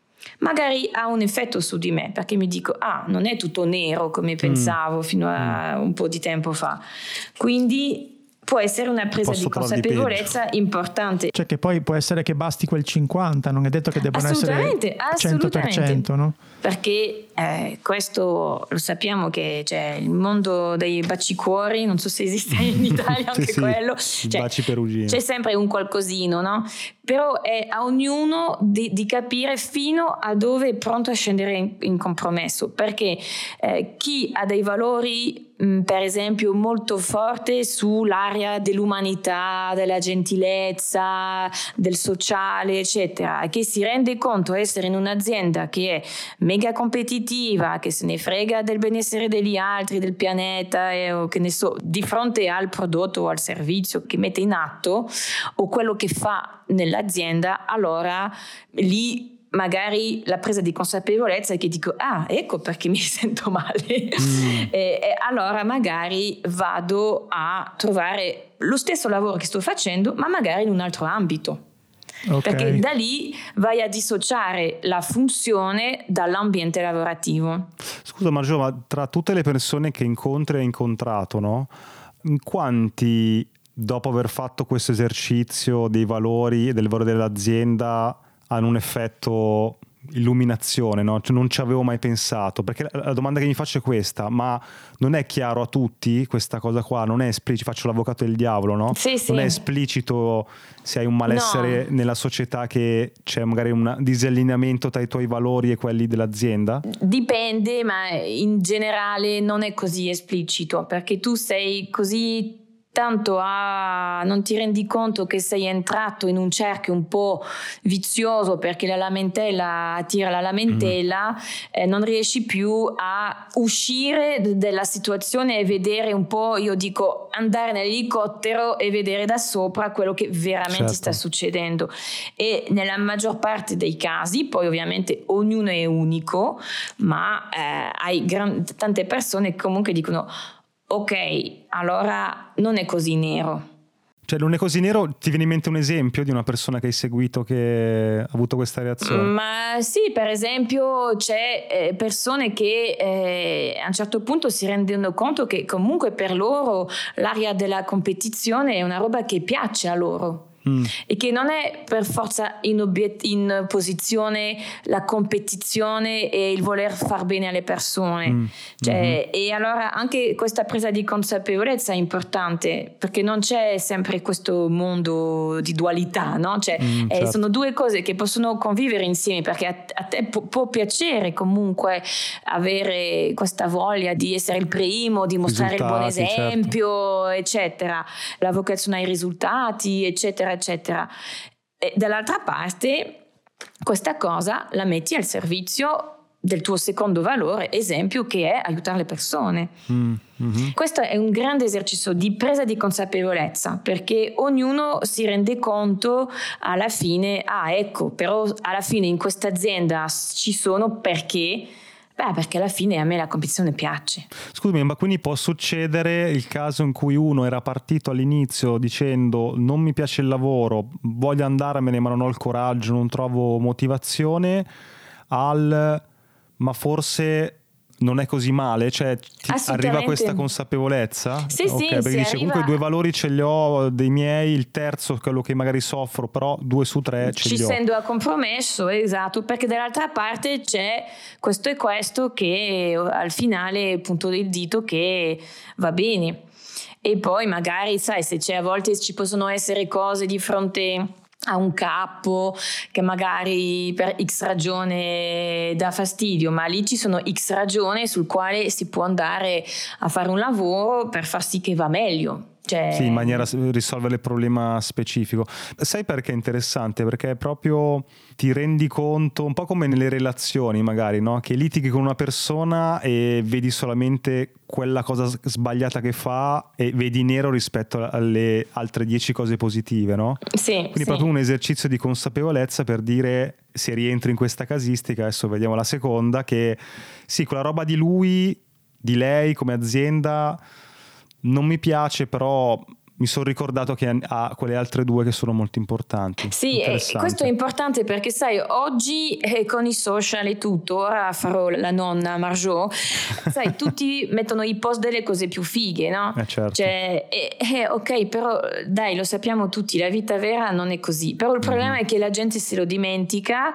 magari ha un effetto su di me, perché mi dico ah, non è tutto nero come pensavo mm. fino a un po' di tempo fa, quindi può essere una presa
Posso
di consapevolezza
di
importante.
Cioè che poi può essere che basti quel cinquanta, non è detto che debbano
assolutamente,
essere cento per cento, no?
Perché eh, questo lo sappiamo che c'è il mondo dei bacicuori, non so se esiste in Italia anche
sì,
quello,
sì,
cioè,
baci perugini.
C'è sempre un qualcosino, no? Però è a ognuno di, di capire fino a dove è pronto a scendere in, in compromesso, perché eh, chi ha dei valori mh, per esempio molto forti sull'area dell'umanità, della gentilezza, del sociale eccetera, che si rende conto di essere in un'azienda che è mega competitiva, che se ne frega del benessere degli altri, del pianeta e, o che ne so, di fronte al prodotto o al servizio che mette in atto o quello che fa nell'azienda, allora lì magari la presa di consapevolezza è che dico ah, ecco perché mi sento male mm. e, e allora magari vado a trovare lo stesso lavoro che sto facendo ma magari in un altro ambito. Okay. Perché da lì vai a dissociare la funzione dall'ambiente lavorativo.
Scusa Margio, ma tra tutte le persone che incontri e hai incontrato, no? In quanti dopo aver fatto questo esercizio dei valori e del valore dell'azienda hanno un effetto illuminazione, no? Cioè non ci avevo mai pensato, perché la domanda che mi faccio è questa: ma non è chiaro a tutti questa cosa qua? Non è esplicito, faccio l'avvocato del diavolo, no?
Sì, sì.
Non è esplicito se hai un malessere
no.
nella società che c'è magari un disallineamento tra i tuoi valori e quelli dell'azienda?
Dipende, ma in generale non è così esplicito, perché tu sei così tanto a non ti rendi conto che sei entrato in un cerchio un po' vizioso perché la lamentela attira la lamentela, mm. eh, non riesci più a uscire d- della situazione e vedere un po', io dico andare nell'elicottero e vedere da sopra quello che veramente certo. sta succedendo, e nella maggior parte dei casi, poi ovviamente ognuno è unico, ma eh, hai gran- tante persone che comunque dicono ok, allora non è così nero.
Cioè non è così nero, ti viene in mente un esempio di una persona che hai seguito che ha avuto questa reazione?
Ma sì, per esempio c'è eh, persone che eh, a un certo punto si rendono conto che comunque per loro l'area della competizione è una roba che piace a loro. mm. e che non è per forza in, obiet- in posizione la competizione e il voler far bene alle persone. Mm. Cioè, mm-hmm. E allora anche questa presa di consapevolezza è importante, perché non c'è sempre questo mondo di dualità, no? Cioè, mm, eh, certo. Sono due cose che possono convivere insieme, perché a, a te pu- può piacere comunque avere questa voglia di essere il primo, di mostrare il buon esempio, certo. eccetera, la vocazione ai risultati, eccetera, eccetera. E dall'altra parte questa cosa la metti al servizio del tuo secondo valore, esempio, che è aiutare le persone. Mm, mm-hmm. Questo è un grande esercizio di presa di consapevolezza, perché ognuno si rende conto alla fine, ah ecco, però alla fine in questa azienda ci sono perché... Beh, perché alla fine a me la competizione piace.
Scusami, ma quindi può succedere il caso in cui uno era partito all'inizio dicendo non mi piace il lavoro, voglio andarmene ma non ho il coraggio, non trovo motivazione, al ma forse non è così male, cioè ti arriva questa consapevolezza?
Sì,
okay,
sì,
perché dice
arriva...
comunque due valori ce li ho dei miei, il terzo quello che magari soffro, però due su tre ce
ci
li ho.
Ci sento a compromesso, esatto, perché dall'altra parte c'è questo e questo che al finale punto del dito che va bene, e poi magari sai se c'è a volte ci possono essere cose di fronte a un capo che magari per X ragione dà fastidio, ma lì ci sono X ragioni sul quale si può andare a fare un lavoro per far sì che va meglio. Cioè...
Sì, in maniera risolvere il problema specifico. Sai perché è interessante? Perché proprio ti rendi conto, un po' come nelle relazioni magari, no? Che litighi con una persona e vedi solamente quella cosa sbagliata che fa e vedi nero rispetto alle altre dieci cose positive, no?
Sì,
Quindi
sì.
proprio un esercizio di consapevolezza per dire, se rientri in questa casistica, adesso vediamo la seconda, che sì, quella roba di lui, di lei come azienda non mi piace, però mi sono ricordato che ha quelle altre due che sono molto importanti.
Sì, e questo è importante perché sai, oggi eh, con i social e tutto, ora farò la nonna Marjò, sai, tutti mettono i post delle cose più fighe, no?
Eh certo.
Cioè, eh, eh, ok, però dai, lo sappiamo tutti, la vita vera non è così, però il problema mm-hmm. è che la gente se lo dimentica,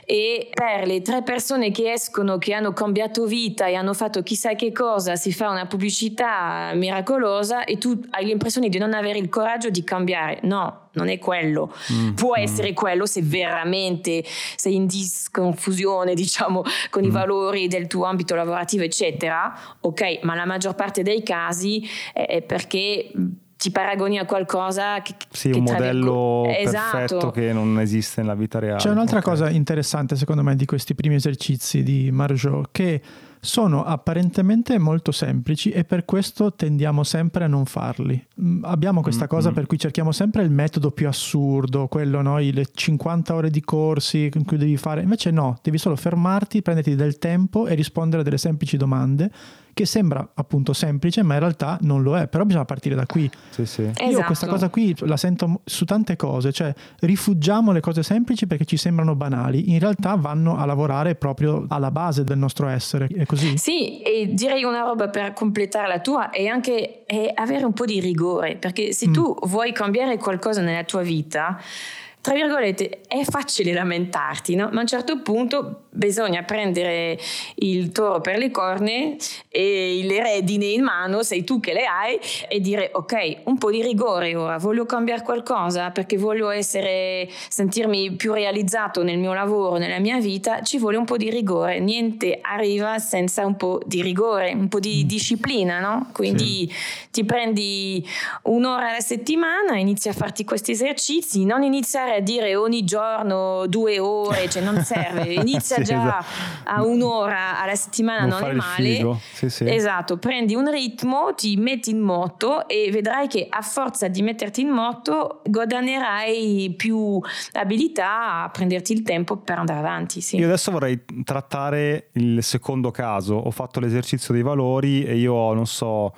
e per le tre persone che escono, che hanno cambiato vita e hanno fatto chissà che cosa, si fa una pubblicità miracolosa e tu hai l'impressione di non avere il coraggio di cambiare. No, non è quello. Mm, può mm. essere quello se veramente sei in disconfusione, diciamo, con mm. i valori del tuo ambito lavorativo, eccetera. Ok, ma la maggior parte dei casi è perché ti paragoni a qualcosa che,
sì,
che
un modello
virgo...
perfetto
esatto.
che non esiste nella vita reale.
C'è un'altra
okay. cosa
interessante secondo me di questi primi esercizi di Marjò, che sono apparentemente molto semplici e per questo tendiamo sempre a non farli. Abbiamo questa cosa mm-hmm. per cui cerchiamo sempre il metodo più assurdo, quello, no? Le cinquanta ore di corsi in cui devi fare, invece no, devi solo fermarti, prenderti del tempo e rispondere a delle semplici domande, che sembra appunto semplice ma in realtà non lo è, però bisogna partire da qui.
Sì, sì.
Esatto.
Io questa cosa qui la sento su tante cose, cioè rifuggiamo le cose semplici perché ci sembrano banali, in realtà vanno a lavorare proprio alla base del nostro essere, è così?
Sì, e direi una roba per completare la tua è anche è avere un po' di rigore, perché se mm. tu vuoi cambiare qualcosa nella tua vita, tra virgolette, è facile lamentarti, no? Ma a un certo punto bisogna prendere il toro per le corna e le redine in mano, sei tu che le hai, e dire ok, un po' di rigore ora, voglio cambiare qualcosa perché voglio essere, sentirmi più realizzato nel mio lavoro, nella mia vita, ci vuole un po' di rigore, niente arriva senza un po' di rigore, un po' di disciplina, no? Quindi sì. ti prendi un'ora alla settimana, inizi a farti questi esercizi, non iniziare a dire ogni giorno due ore, cioè non serve, inizia sì, già esatto. a un'ora alla settimana, non, non è male.
Sì, sì.
Esatto, prendi un ritmo, ti metti in moto e vedrai che a forza di metterti in moto guadagnerai più abilità a prenderti il tempo per andare avanti. Sì.
Io adesso vorrei trattare il secondo caso. Ho fatto l'esercizio dei valori e io ho, non so,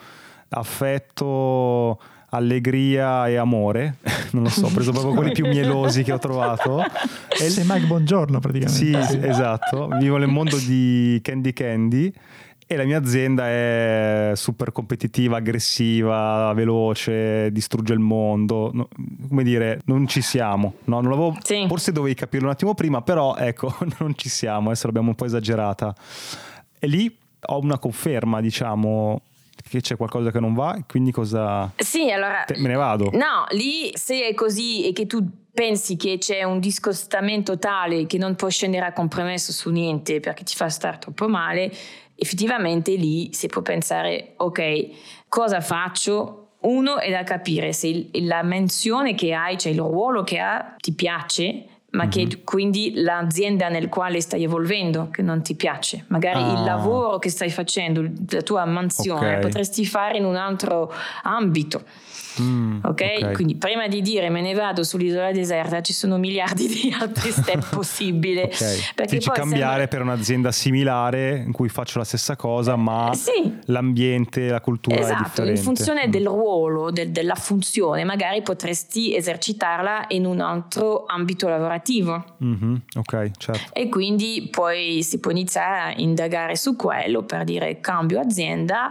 affetto, allegria e amore, non lo so, ho preso proprio quelli più mielosi che ho trovato.
E sei Mike Buongiorno praticamente.
Sì, esatto, vivo nel mondo di Candy Candy e la mia azienda è super competitiva, aggressiva, veloce, distrugge il mondo. No, come dire, non ci siamo. No, non l'avevo,
sì.
Forse dovevi capirlo un attimo prima, però ecco, non ci siamo, adesso l'abbiamo un po' esagerata. E lì ho una conferma, diciamo, che c'è qualcosa che non va, e quindi cosa...
Sì, allora...
Te, me ne vado.
No, lì se è così e che tu pensi che c'è un discostamento tale che non puoi scendere a compromesso su niente perché ti fa stare troppo male, effettivamente lì si può pensare, ok, cosa faccio? Uno è da capire se la mansione che hai, cioè il ruolo che ha, ti piace, ma mm-hmm. che quindi l'azienda nel quale stai evolvendo che non ti piace, magari ah. il lavoro che stai facendo, la tua mansione, okay. potresti fare in un altro ambito. Mm, okay? ok, quindi prima di dire me ne vado sull'isola deserta ci sono miliardi di altri step possibili.
Okay. Perché dici poi cambiare sembra... per un'azienda similare in cui faccio la stessa cosa ma
sì.
l'ambiente, la cultura
esatto,
è differente.
In funzione mm. del ruolo, del, della funzione magari potresti esercitarla in un altro ambito lavorativo.
Mm-hmm. Ok, certo.
E quindi poi si può iniziare a indagare su quello per dire cambio azienda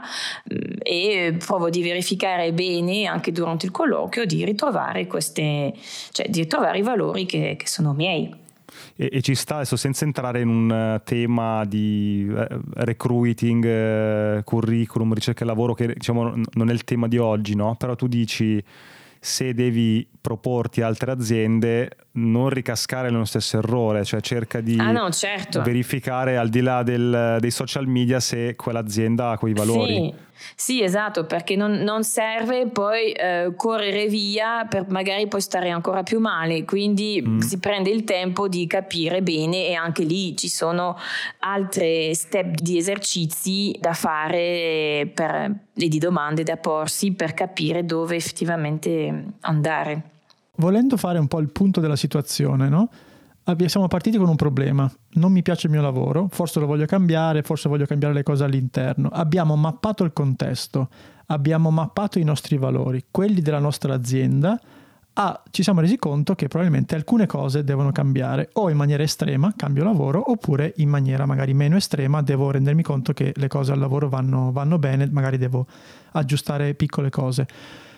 e provo di verificare bene anche durante il colloquio di ritrovare queste, cioè di ritrovare i valori che, che sono miei.
E, e ci sta adesso, senza entrare in un tema di eh, recruiting, eh, curriculum, ricerca lavoro, che diciamo non è il tema di oggi, no? Però tu dici se devi proporti altre aziende non ricascare nello stesso errore, cioè cerca di
ah no, certo.
verificare al di là del, dei social media se quell'azienda ha quei valori.
Sì, sì esatto, perché non, non serve poi eh, correre via per magari poi stare ancora più male, quindi mm. si prende il tempo di capire bene e anche lì ci sono altre step di esercizi da fare per, e di domande da porsi per capire dove effettivamente andare.
Volendo fare un po' il punto della situazione, no? Siamo partiti con un problema, non mi piace il mio lavoro, forse lo voglio cambiare, forse voglio cambiare le cose all'interno. Abbiamo mappato il contesto, abbiamo mappato i nostri valori, quelli della nostra azienda. Ah, ci siamo resi conto che probabilmente alcune cose devono cambiare, o in maniera estrema cambio lavoro, oppure in maniera magari meno estrema devo rendermi conto che le cose al lavoro vanno, vanno bene, magari devo aggiustare piccole cose.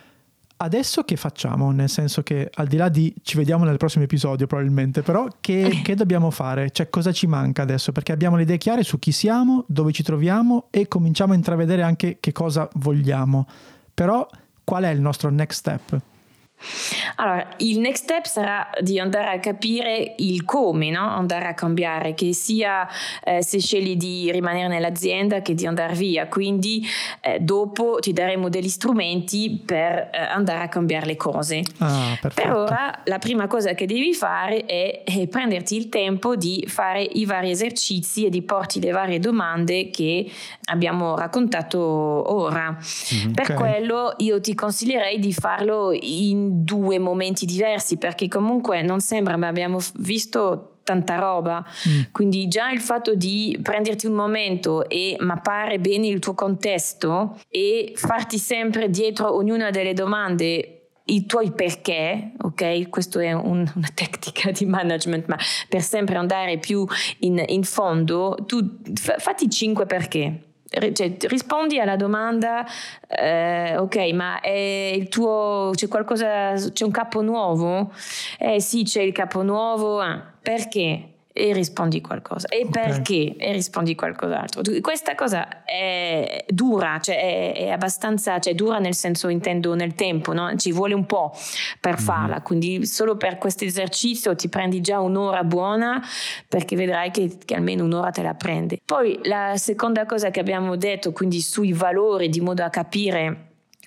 Adesso che facciamo? Nel senso che al di là di ci vediamo nel prossimo episodio probabilmente, però che, che dobbiamo fare? Cioè cosa ci manca adesso? Perché abbiamo le idee chiare su chi siamo, dove ci troviamo e cominciamo a intravedere anche che cosa vogliamo. Però qual è il nostro next step?
Allora, il next step sarà di andare a capire il come, no? Andare a cambiare, che sia eh, se scegli di rimanere nell'azienda che di andare via, quindi eh, dopo ti daremo degli strumenti per eh, andare a cambiare le cose.
Ah,
per ora la prima cosa che devi fare è, è prenderti il tempo di fare i vari esercizi e di porti le varie domande che abbiamo raccontato ora. Mm-hmm, per okay. quello io ti consiglierei di farlo in due momenti diversi, perché comunque non sembra, ma abbiamo visto tanta roba, mm. quindi già il fatto di prenderti un momento e mappare bene il tuo contesto e farti sempre dietro ognuna delle domande i tuoi perché, ok? Questo è un, una tecnica di management, ma per sempre andare più in, in fondo, tu f- fatti cinque perché. Cioè, rispondi alla domanda eh, ok, ma è il tuo, c'è qualcosa, c'è un capo nuovo? Eh sì, c'è il capo nuovo. Ah, perché? E rispondi qualcosa. E okay. perché? E rispondi qualcos'altro. Questa cosa è dura, cioè è, è abbastanza, cioè dura nel senso, intendo nel tempo, no? Ci vuole un po' per mm-hmm. farla, quindi solo per questo esercizio ti prendi già un'ora buona, perché vedrai che, che almeno un'ora te la prende. Poi la seconda cosa che abbiamo detto, quindi sui valori, di modo a capire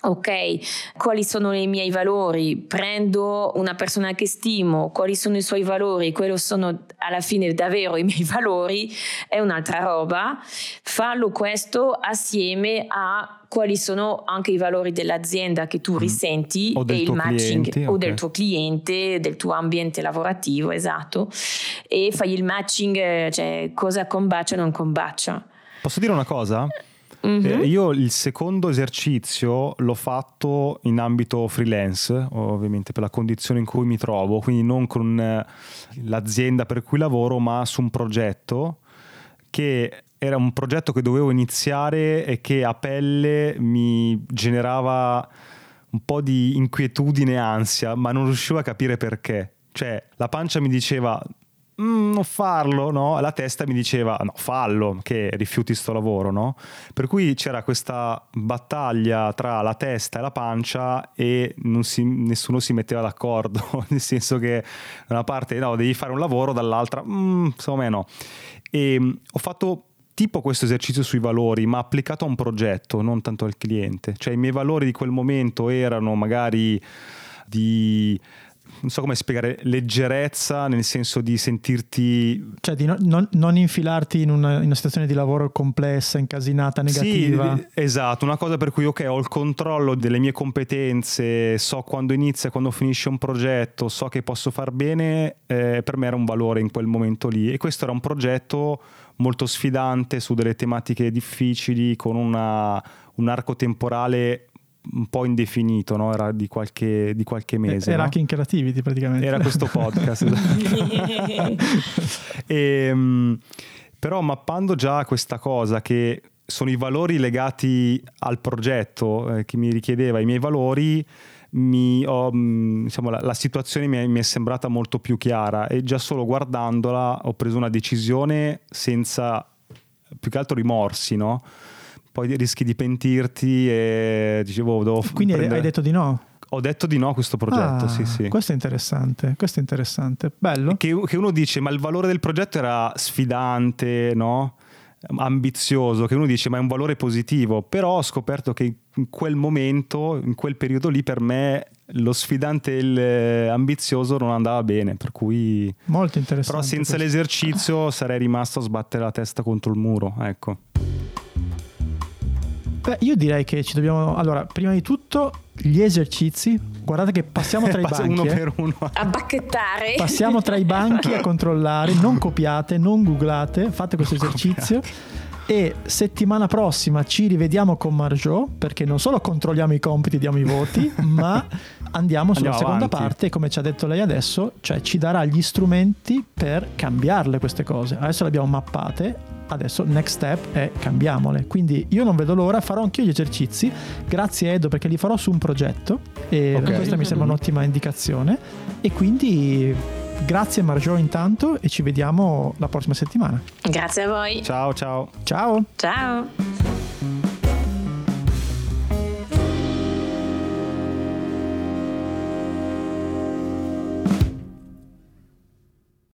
ok, quali sono i miei valori, prendo una persona che stimo, quali sono i suoi valori, quello sono alla fine davvero i miei valori, è un'altra roba. Fallo questo assieme a quali sono anche i valori dell'azienda che tu risenti
o del
e
tuo
il matching
cliente,
o
okay.
del tuo cliente, del tuo ambiente lavorativo, esatto, e fai il matching, cioè cosa combacia o non combacia.
Posso dire una cosa?
Mm-hmm.
Eh, io il secondo esercizio l'ho fatto in ambito freelance, ovviamente per la condizione in cui mi trovo, quindi non con eh, l'azienda per cui lavoro, ma su un progetto che era un progetto che dovevo iniziare e che a pelle mi generava un po' di inquietudine e ansia, ma non riuscivo a capire perché. Cioè, la pancia mi diceva mm, non farlo, no? La testa mi diceva no, fallo, che rifiuti sto lavoro, no? Per cui c'era questa battaglia tra la testa e la pancia e non si, nessuno si metteva d'accordo, nel senso che da una parte no, devi fare un lavoro, dall'altra mm, secondo me no. E ho fatto tipo questo esercizio sui valori, ma applicato a un progetto, non tanto al cliente. Cioè i miei valori di quel momento erano magari di, non so come spiegare, leggerezza, nel senso di sentirti...
Cioè di no, non, non infilarti in una, in una situazione di lavoro complessa, incasinata, negativa.
Sì, esatto, una cosa per cui ok, ho il controllo delle mie competenze, so quando inizia e quando finisce un progetto, so che posso far bene, eh, per me era un valore in quel momento lì. E questo era un progetto molto sfidante su delle tematiche difficili, con una, un arco temporale un po' indefinito, no? Era di qualche, di qualche mese.
Era
no?
Hacking Creativity praticamente.
Era questo podcast. e, però mappando già questa cosa, che sono i valori legati al progetto, eh, che mi richiedeva i miei valori, mi ho, diciamo, la, la situazione mi è, mi è sembrata molto più chiara, e già solo guardandola ho preso una decisione senza più che altro rimorsi, no? Poi rischi di pentirti e dicevo devo
quindi
prendere...
hai detto di no?
Ho detto di no a questo progetto.
Ah,
sì sì,
questo è interessante, questo è interessante, bello.
Che, che uno dice ma il valore del progetto era sfidante, no? Ambizioso, che uno dice ma è un valore positivo, però ho scoperto che in quel momento, in quel periodo lì, per me lo sfidante e l'ambizioso non andava bene, per cui
molto interessante.
Però senza questo. L'esercizio sarei rimasto a sbattere la testa contro il muro, ecco.
Beh, io direi che ci dobbiamo, allora, prima di tutto gli esercizi, guardate che passiamo tra i banchi,
uno
eh.
per uno
a bacchettare,
passiamo tra i banchi a controllare, non copiate, non googlate, fate questo esercizio. E settimana prossima ci rivediamo con Marjo, perché non solo controlliamo i compiti e diamo i voti, ma andiamo sulla
andiamo
seconda
avanti.
parte, come ci ha detto lei adesso, cioè ci darà gli strumenti per cambiarle queste cose. Adesso le abbiamo mappate, adesso next step è cambiamole. Quindi io non vedo l'ora, farò anch'io gli esercizi, grazie Edo, perché li farò su un progetto e
okay.
Questa mi sembra un'ottima indicazione. E quindi grazie Marjo intanto, e ci vediamo la prossima settimana.
Grazie a voi.
Ciao ciao.
Ciao.
Ciao.